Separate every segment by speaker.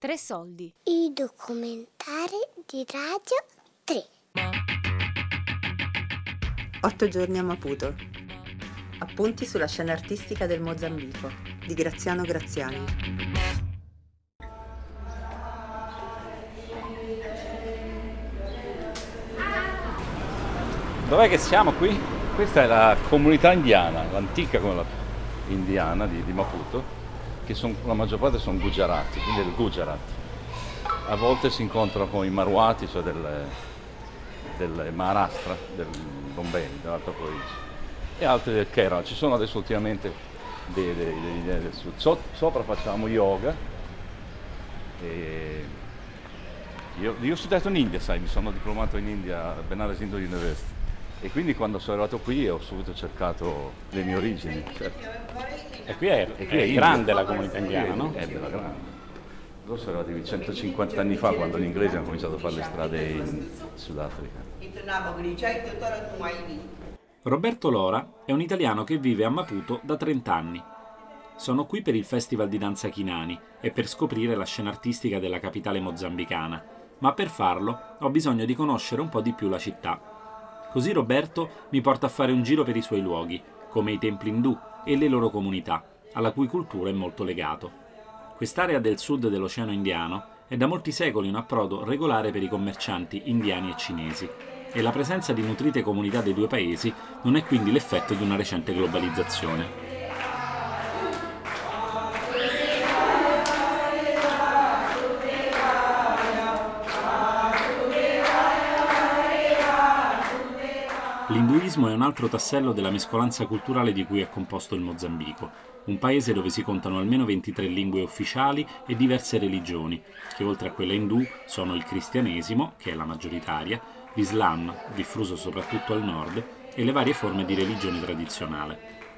Speaker 1: Tre soldi.
Speaker 2: I documentari di Radio 3.
Speaker 3: 8 giorni a Maputo. Appunti sulla scena artistica del Mozambico di Graziano Graziani.
Speaker 4: Dov'è che siamo qui? Questa è la comunità indiana, l'antica comunità indiana di Maputo, che la maggior parte sono Gujarati, quindi è il Gujarat. A volte si incontrano con i Marwati, cioè del Maharashtra, del Bombay, dell'altra provincia, e altri del Kerala. Ci sono adesso ultimamente del sud. Sopra facciamo yoga. E io ho studiato in India, sai, mi sono diplomato in India a Benares Hindu University. E quindi quando sono arrivato qui ho subito cercato le mie origini. Certo.
Speaker 5: E qui è grande la comunità indiana, no?
Speaker 4: È bella grande. Loro sono arrivati 150 anni fa, quando gli inglesi hanno cominciato a fare le strade in Sudafrica.
Speaker 5: Roberto Lora è un italiano che vive a Maputo da 30 anni. Sono qui per il Festival di Danza Chinani e per scoprire la scena artistica della capitale mozambicana, ma per farlo ho bisogno di conoscere un po' di più la città. Così Roberto mi porta a fare un giro per i suoi luoghi, come i templi indù e le loro comunità, alla cui cultura è molto legato. Quest'area del sud dell'Oceano Indiano è da molti secoli un approdo regolare per i commercianti indiani e cinesi, e la presenza di nutrite comunità dei due paesi non è quindi l'effetto di una recente globalizzazione. L'induismo è un altro tassello della mescolanza culturale di cui è composto il Mozambico, un paese dove si contano almeno 23 lingue ufficiali e diverse religioni, che oltre a quella indù sono il cristianesimo, che è la maggioritaria, l'Islam, diffuso soprattutto al nord, e le varie forme di religione tradizionale.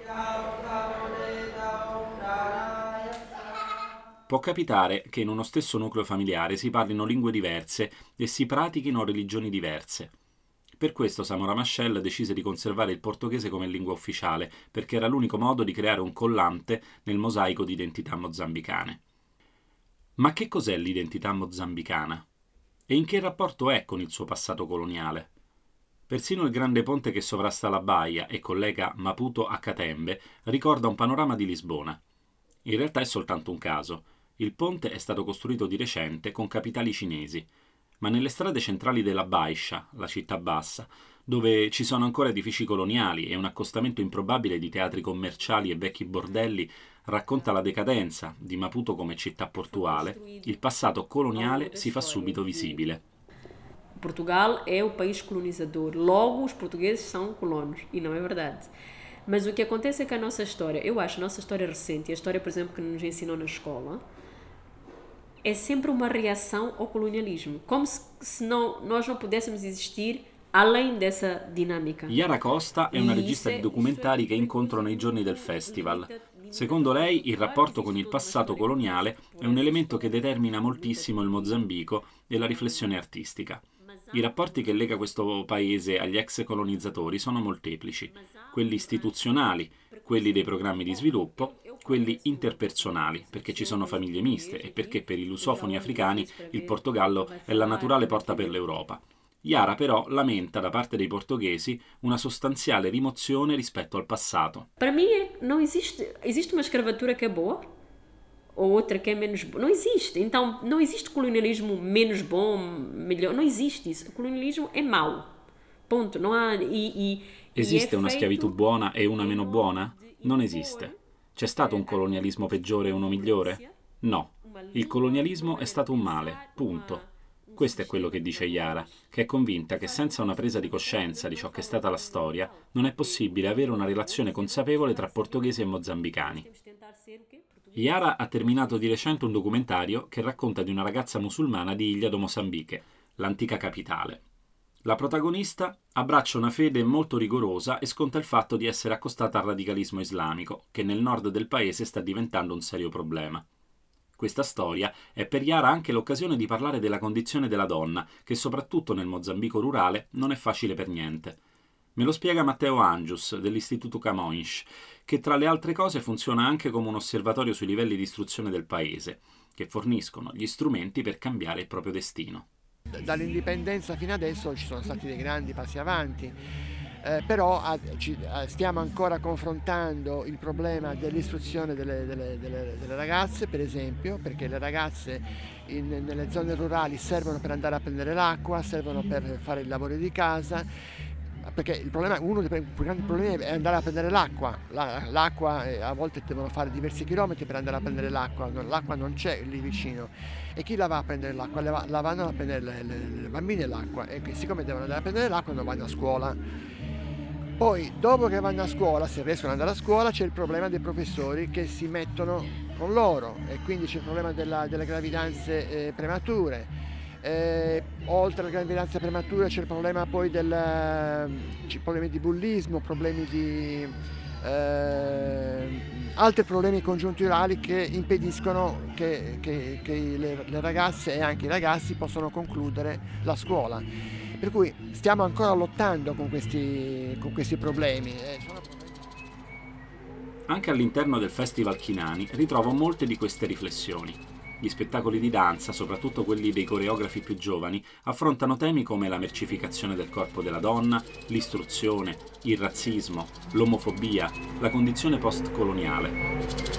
Speaker 5: Può capitare che in uno stesso nucleo familiare si parlino lingue diverse e si pratichino religioni diverse. Per questo Samora Machel decise di conservare il portoghese come lingua ufficiale, perché era l'unico modo di creare un collante nel mosaico di identità mozambicane. Ma che cos'è l'identità mozambicana? E in che rapporto è con il suo passato coloniale? Persino il grande ponte che sovrasta la baia e collega Maputo a Catembe ricorda un panorama di Lisbona. In realtà è soltanto un caso. Il ponte è stato costruito di recente con capitali cinesi, ma nelle strade centrali della Baixa, la città bassa, dove ci sono ancora edifici coloniali e un accostamento improbabile di teatri commerciali e vecchi bordelli, racconta la decadenza di Maputo come città portuale, il passato coloniale si fa subito visibile.
Speaker 6: Portugal é o país colonizador, logo os portugueses são colonos, e não é verdade. Mas o que acontece é que a nossa história, eu acho a nossa história recente, e a história, por exemplo, que nos ensinou na escola, é sempre uma reação ao colonialismo, como se nós não pudéssemos existir além dessa dinamica.
Speaker 5: Yara Costa è una regista di documentari che incontro nei giorni del festival. Secondo lei, il rapporto con il passato coloniale è un elemento che determina moltissimo il Mozambico e la riflessione artistica. I rapporti che lega questo paese agli ex colonizzatori sono molteplici, quelli istituzionali, quelli dei programmi di sviluppo, quelli interpersonali, perché ci sono famiglie miste e perché per i lusofoni africani il Portogallo è la naturale porta per l'Europa. Yara però lamenta da parte dei portoghesi una sostanziale rimozione rispetto al passato.
Speaker 6: Para mim não existe uma escravatura que é boa ou outra que é menos boa. Não existe. Então não existe colonialismo menos bom, melhor. Não existe isso. O colonialismo é mau. Ponto. Não há
Speaker 5: Esiste una schiavitù buona e una meno buona? Non esiste. C'è stato un colonialismo peggiore e uno migliore? No. Il colonialismo è stato un male. Punto. Questo è quello che dice Yara, che è convinta che senza una presa di coscienza di ciò che è stata la storia, non è possibile avere una relazione consapevole tra portoghesi e mozambicani. Yara ha terminato di recente un documentario che racconta di una ragazza musulmana di Ilha do Moçambique, l'antica capitale. La protagonista abbraccia una fede molto rigorosa e sconta il fatto di essere accostata al radicalismo islamico, che nel nord del paese sta diventando un serio problema. Questa storia è per Yara anche l'occasione di parlare della condizione della donna, che soprattutto nel Mozambico rurale non è facile per niente. Me lo spiega Matteo Angius dell'Istituto Camões, che tra le altre cose funziona anche come un osservatorio sui livelli di istruzione del paese che forniscono gli strumenti per cambiare il proprio destino.
Speaker 1: Dall'indipendenza fino adesso ci sono stati dei grandi passi avanti, però stiamo ancora confrontando il problema dell'istruzione delle ragazze, per esempio, perché le ragazze nelle zone rurali servono per andare a prendere l'acqua, servono per fare i lavori di casa, perché uno dei più grandi problemi è andare a prendere l'acqua. L'acqua a volte devono fare diversi chilometri per andare a prendere l'acqua non c'è lì vicino, e chi la va a prendere l'acqua? La vanno a prendere le bambine l'acqua, e siccome devono andare a prendere l'acqua non vanno a scuola. Poi dopo che vanno a scuola, se riescono ad andare a scuola, c'è il problema dei professori che si mettono con loro, e quindi c'è il problema delle gravidanze premature. Oltre alle gravidanze premature c'è il problema poi problemi di bullismo, problemi di altri problemi congiunturali che impediscono che le ragazze e anche i ragazzi possano concludere la scuola. Per cui stiamo ancora lottando con questi problemi.
Speaker 5: Anche all'interno del Festival Chinani ritrovo molte di queste riflessioni. Gli spettacoli di danza, soprattutto quelli dei coreografi più giovani, affrontano temi come la mercificazione del corpo della donna, l'istruzione, il razzismo, l'omofobia, la condizione post-coloniale.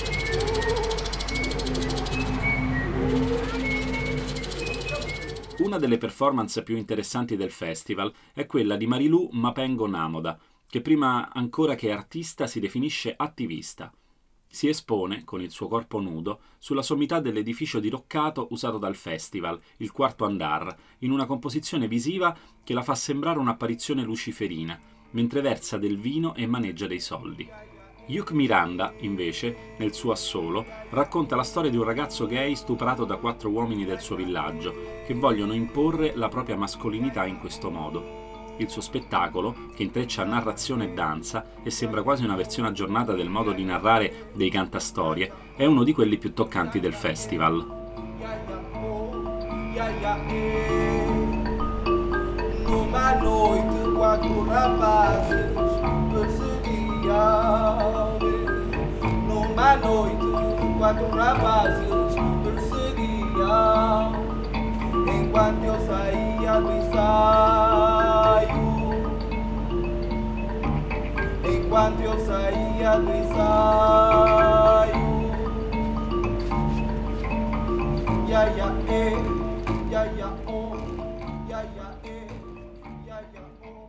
Speaker 5: Una delle performance più interessanti del festival è quella di Marilu Mapengo Namoda, che prima ancora che artista si definisce attivista. Si espone, con il suo corpo nudo, sulla sommità dell'edificio diroccato usato dal festival, il quarto andar, in una composizione visiva che la fa sembrare un'apparizione luciferina, mentre versa del vino e maneggia dei soldi. Hugh Miranda, invece, nel suo assolo, racconta la storia di un ragazzo gay stuprato da 4 uomini del suo villaggio, che vogliono imporre la propria mascolinità in questo modo. Il suo spettacolo, che intreccia narrazione e danza e sembra quasi una versione aggiornata del modo di narrare dei cantastorie, è uno di quelli più toccanti del festival.
Speaker 7: Numa noite, 4 rapazes perseguiam, enquanto eu saía do ensaio. Enquanto eu saía do ensaio. Ya ya ya ya oh, ya ya ya ya oh.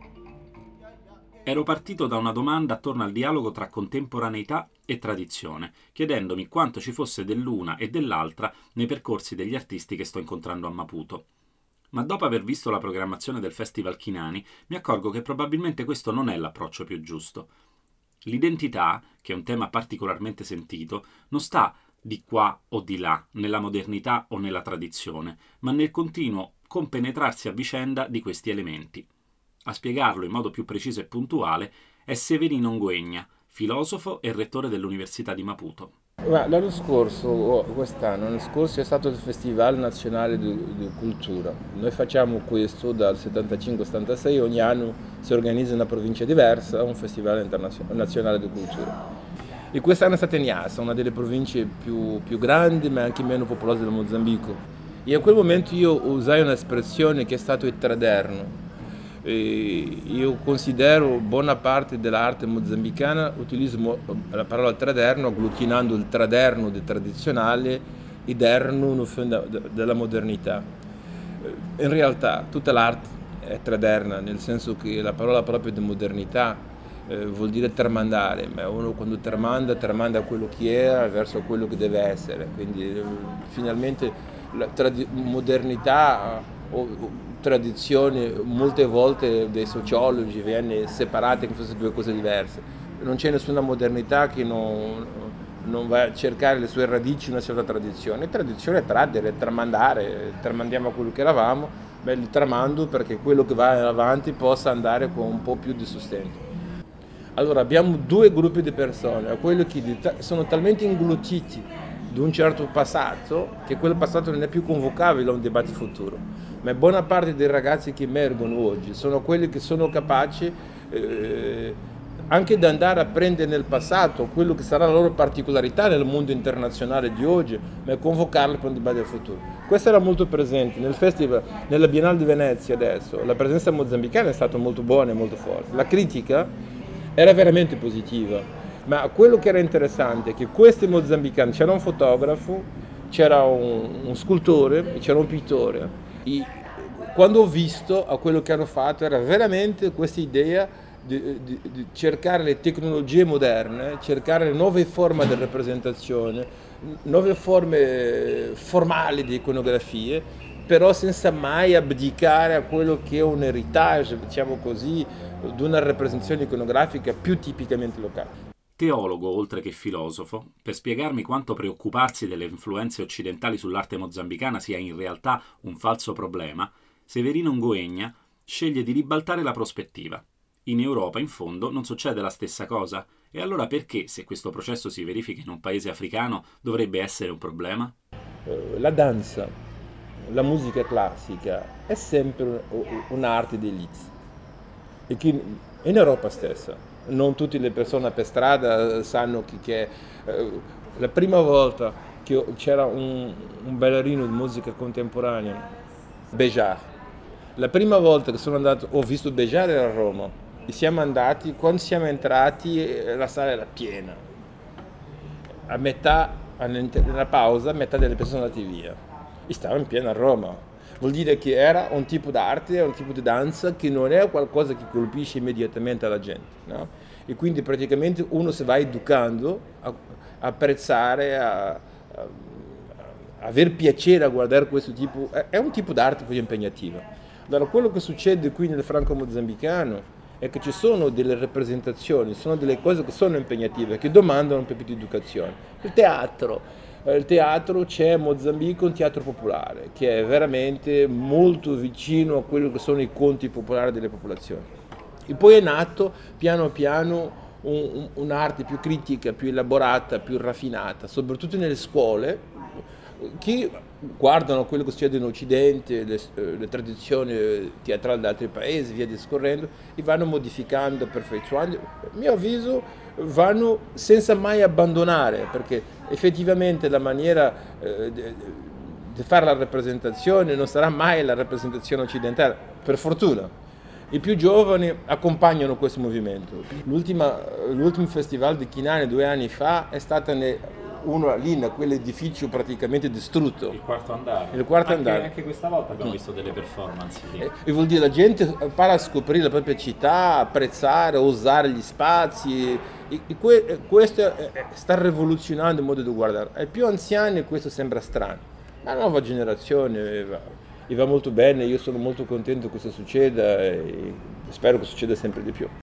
Speaker 5: Ero partito da una domanda attorno al dialogo tra contemporaneità e tradizione, chiedendomi quanto ci fosse dell'una e dell'altra nei percorsi degli artisti che sto incontrando a Maputo. Ma dopo aver visto la programmazione del Festival Chinani, mi accorgo che probabilmente questo non è l'approccio più giusto. L'identità, che è un tema particolarmente sentito, non sta di qua o di là, nella modernità o nella tradizione, ma nel continuo compenetrarsi a vicenda di questi elementi. A spiegarlo in modo più preciso e puntuale è Severino Nguegna, filosofo e rettore dell'Università di Maputo.
Speaker 8: L'anno scorso, l'anno scorso è stato il Festival Nazionale di Cultura. Noi facciamo questo dal 75-76, ogni anno si organizza in una provincia diversa un Festival Nazionale di Cultura. E quest'anno è stata Niassa, una delle province più grandi ma anche meno popolose del Mozambico. E in quel momento io usai un'espressione che è stato il traderno. Io considero buona parte dell'arte mozambicana, utilizzo la parola traderno agglutinando il traderno del tradizionale e derno della modernità. In realtà tutta l'arte è traderna, nel senso che la parola proprio di modernità vuol dire tramandare, ma uno quando tramanda quello che era verso quello che deve essere, quindi finalmente la modernità o tradizione molte volte dai sociologi viene separata come fossero due cose diverse. Non c'è nessuna modernità che non va a cercare le sue radici in una certa tradizione. Tradizione è tradere, tramandare, tramandiamo quello che eravamo, ma il tramando perché quello che va avanti possa andare con un po' più di sostento. Allora abbiamo due gruppi di persone, quelli che sono talmente inglutiti di un certo passato che quel passato non è più convocabile a un dibattito futuro. Ma buona parte dei ragazzi che emergono oggi sono quelli che sono capaci anche da andare a prendere nel passato quello che sarà la loro particolarità nel mondo internazionale di oggi, ma convocarle per un dibattito del futuro. Questo era molto presente nel festival, nella Biennale di Venezia adesso, la presenza mozambicana è stata molto buona e molto forte, la critica era veramente positiva, ma quello che era interessante è che questi mozambicani, c'era un fotografo, c'era un scultore e c'era un pittore. Quando ho visto a quello che hanno fatto era veramente questa idea di cercare le tecnologie moderne, cercare le nuove forme di rappresentazione, nuove forme formali di iconografie, però senza mai abdicare a quello che è un heritage, diciamo così, di una rappresentazione iconografica più tipicamente locale.
Speaker 5: Teologo oltre che filosofo, per spiegarmi quanto preoccuparsi delle influenze occidentali sull'arte mozambicana sia in realtà un falso problema, Severino Ngoegna sceglie di ribaltare la prospettiva. In Europa, in fondo, non succede la stessa cosa? E allora perché, se questo processo si verifica in un paese africano, dovrebbe essere un problema?
Speaker 8: La danza, la musica classica è sempre un'arte d'élite. E che in Europa stessa, non tutte le persone per strada sanno che la prima volta che c'era un ballerino di musica contemporanea, Béjart, la prima volta che sono andato, ho visto Béjart era a Roma. E siamo andati, quando siamo entrati la sala era piena, a metà, nella pausa, metà delle persone andate via, e stavamo in piena a Roma. Vuol dire che era un tipo d'arte, un tipo di danza che non è qualcosa che colpisce immediatamente la gente, no? E quindi praticamente uno si va educando a apprezzare, a aver piacere a guardare questo tipo, è un tipo d'arte più impegnativo. Allora quello che succede qui nel franco-mozambicano è che ci sono delle rappresentazioni, sono delle cose che sono impegnative, che domandano un po' più di educazione. Il teatro c'è a Mozambico un teatro popolare, che è veramente molto vicino a quello che sono i conti popolari delle popolazioni. E poi è nato piano piano un'arte più critica, più elaborata, più raffinata, soprattutto nelle scuole, che guardano quello che succede in Occidente, le tradizioni teatrali di altri paesi, via discorrendo, e vanno modificando, perfezionando. A mio avviso vanno senza mai abbandonare, perché effettivamente la maniera di fare la rappresentazione non sarà mai la rappresentazione occidentale, per fortuna. I più giovani accompagnano questo movimento. L'ultimo festival di Kinane 2 anni fa è stata lì in quell'edificio praticamente distrutto.
Speaker 5: Il quarto andare.
Speaker 8: Il quarto andare.
Speaker 5: Anche questa volta abbiamo visto delle performance lì.
Speaker 8: E vuol dire la gente impara a scoprire la propria città, apprezzare, usare gli spazi. Questo sta rivoluzionando il modo di guardare. Ai più anziani questo sembra strano. La nuova generazione va molto bene, io sono molto contento che questo succeda e spero che succeda sempre di più.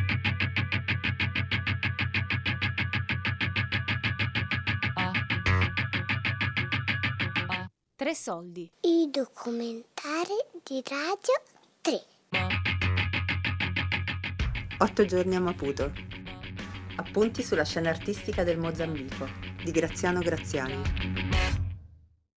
Speaker 9: Tre soldi.
Speaker 2: I documentari di Radio 3.
Speaker 3: 8 giorni a Maputo. Appunti sulla scena artistica del Mozambico di Graziano Graziani.